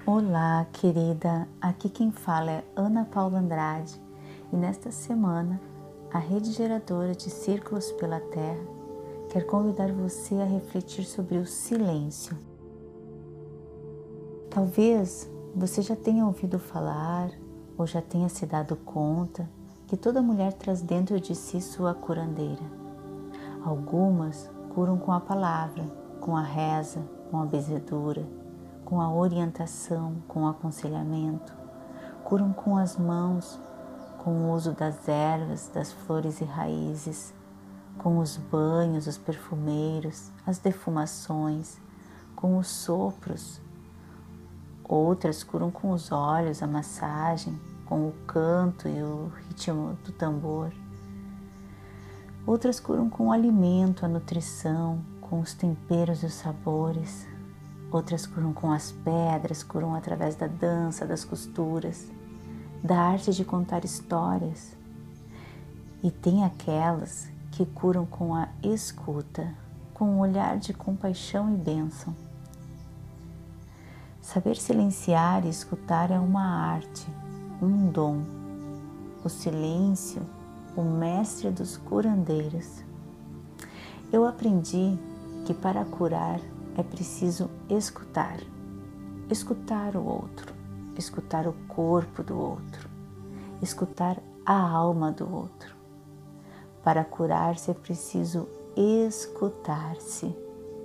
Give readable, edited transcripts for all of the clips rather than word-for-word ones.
Olá, querida, aqui quem fala é Ana Paula Andrade e nesta semana a Rede Geradora de Círculos pela Terra quer convidar você a refletir sobre o silêncio. Talvez você já tenha ouvido falar ou já tenha se dado conta que toda mulher traz dentro de si sua curandeira. Algumas curam com a palavra, com a reza, com a benzedura, com a orientação, com o aconselhamento, curam com as mãos, com o uso das ervas, das flores e raízes, com os banhos, os perfumeiros, as defumações, com os sopros. Outras curam com os olhos, a massagem, com o canto e o ritmo do tambor. Outras curam com o alimento, a nutrição, com os temperos e os sabores. Outras curam com as pedras, curam através da dança, das costuras, da arte de contar histórias. E tem aquelas que curam com a escuta, com um olhar de compaixão e bênção. Saber silenciar e escutar é uma arte, um dom. O silêncio, o mestre dos curandeiros. Eu aprendi que para curar é preciso escutar o outro, escutar o corpo do outro, escutar a alma do outro. Para curar-se é preciso escutar-se.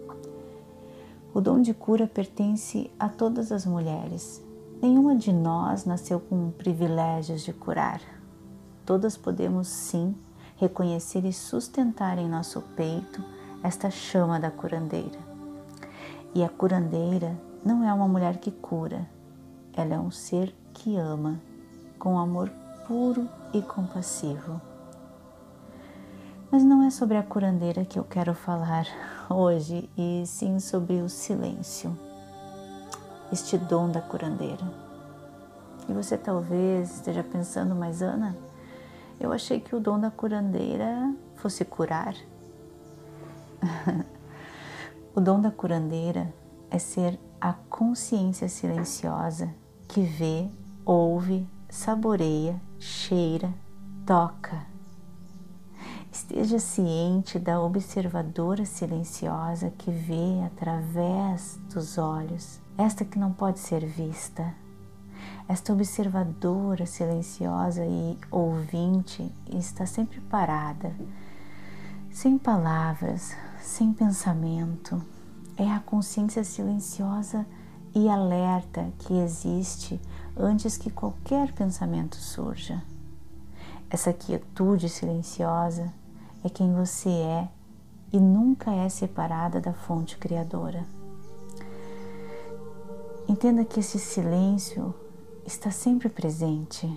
O dom de cura pertence a todas as mulheres. Nenhuma de nós nasceu com privilégios de curar. Todas podemos sim reconhecer e sustentar em nosso peito esta chama da curandeira. E a curandeira não é uma mulher que cura, ela é um ser que ama, com amor puro e compassivo. Mas não é sobre a curandeira que eu quero falar hoje, e sim sobre o silêncio, este dom da curandeira. E você talvez esteja pensando, mas Ana, eu achei que o dom da curandeira fosse curar. O dom da curandeira é ser a consciência silenciosa que vê, ouve, saboreia, cheira, toca. Esteja ciente da observadora silenciosa que vê através dos olhos, esta que não pode ser vista. Esta observadora silenciosa e ouvinte está sempre parada, sem palavras, sem pensamento. É a consciência silenciosa e alerta que existe antes que qualquer pensamento surja. Essa quietude silenciosa é quem você é e nunca é separada da fonte criadora. Entenda que esse silêncio está sempre presente.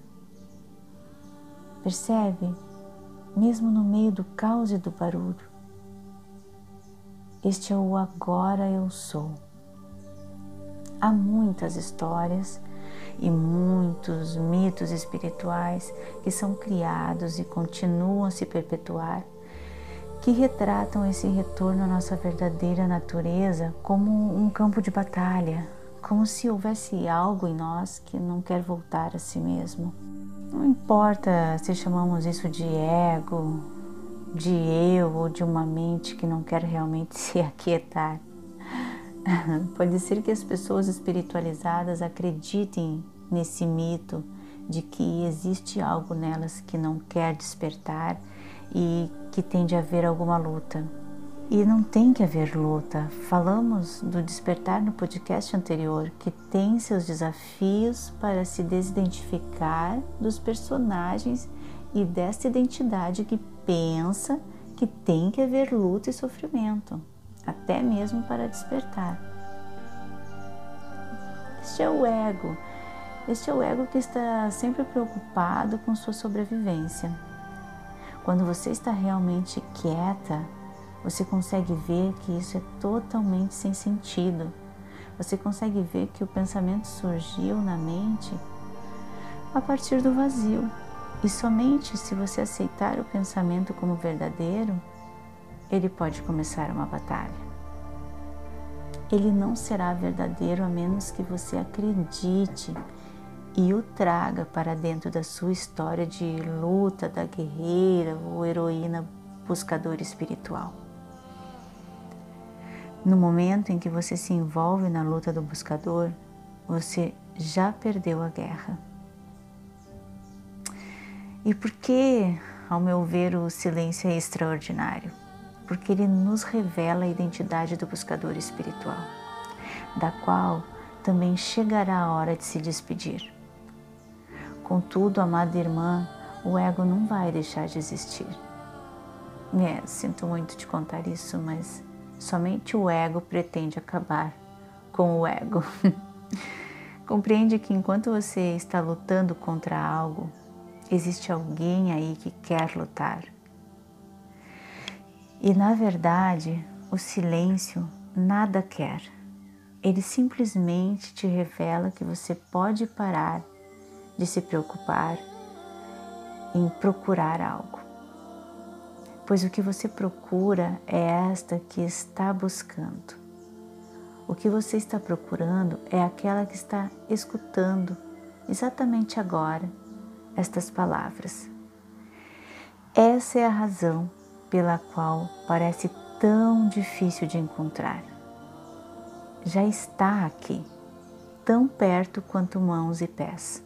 Percebe? Mesmo no meio do caos e do barulho. Este é o agora eu sou. Há muitas histórias e muitos mitos espirituais que são criados e continuam a se perpetuar, que retratam esse retorno à nossa verdadeira natureza como um campo de batalha, como se houvesse algo em nós que não quer voltar a si mesmo. Não importa se chamamos isso de ego, de eu ou de uma mente que não quer realmente se aquietar. Pode ser que as pessoas espiritualizadas acreditem nesse mito de que existe algo nelas que não quer despertar e que tem de haver alguma luta. E não tem que haver luta. Falamos do despertar no podcast anterior, que tem seus desafios para se desidentificar dos personagens e desta identidade que pensa que tem que haver luta e sofrimento, até mesmo para despertar. Este é o ego. Este é o ego que está sempre preocupado com sua sobrevivência. Quando você está realmente quieta, você consegue ver que isso é totalmente sem sentido. Você consegue ver que o pensamento surgiu na mente a partir do vazio. E somente se você aceitar o pensamento como verdadeiro, ele pode começar uma batalha. ele não será verdadeiro a menos que você acredite e o traga para dentro da sua história de luta da guerreira ou heroína buscadora espiritual. No momento em que você se envolve na luta do buscador, você já perdeu a guerra. E por que, ao meu ver, o silêncio é extraordinário? Porque ele nos revela a identidade do buscador espiritual, da qual também chegará a hora de se despedir. Contudo, amada irmã, o ego não vai deixar de existir. Sinto muito te contar isso, mas somente o ego pretende acabar com o ego. Compreende que enquanto você está lutando contra algo, existe alguém aí que quer lutar. E na verdade, o silêncio nada quer. Ele simplesmente te revela que você pode parar de se preocupar em procurar algo. Pois o que você procura é esta que está buscando. O que você está procurando é aquela que está escutando exatamente agora estas palavras. Essa é a razão pela qual parece tão difícil de encontrar. Já está aqui, tão perto quanto mãos e pés.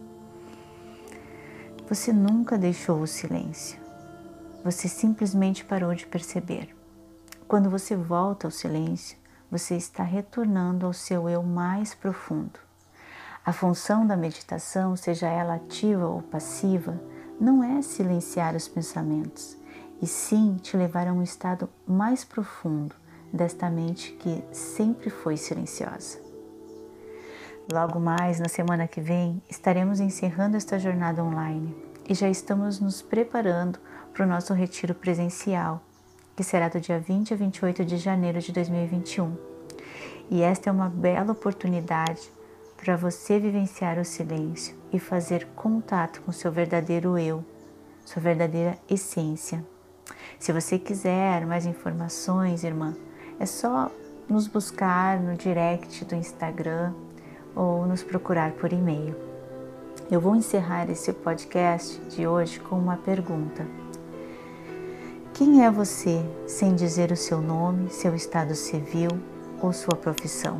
Você nunca deixou o silêncio. Você simplesmente parou de perceber. Quando você volta ao silêncio, você está retornando ao seu eu mais profundo. A função da meditação, seja ela ativa ou passiva, não é silenciar os pensamentos, e sim te levar a um estado mais profundo desta mente que sempre foi silenciosa. Logo mais, na semana que vem, estaremos encerrando esta jornada online e já estamos nos preparando para o nosso retiro presencial, que será do dia 20 a 28 de janeiro de 2021. E esta é uma bela oportunidade para você vivenciar o silêncio e fazer contato com seu verdadeiro eu, sua verdadeira essência. Se você quiser mais informações, irmã, é só nos buscar no direct do Instagram ou nos procurar por e-mail. Eu vou encerrar esse podcast de hoje com uma pergunta. Quem é você sem dizer o seu nome, seu estado civil ou sua profissão?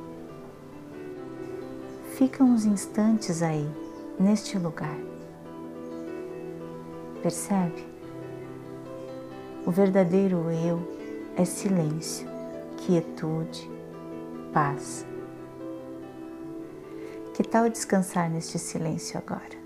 Fica uns instantes aí, neste lugar. Percebe? O verdadeiro eu é silêncio, quietude, paz. Que tal descansar neste silêncio agora?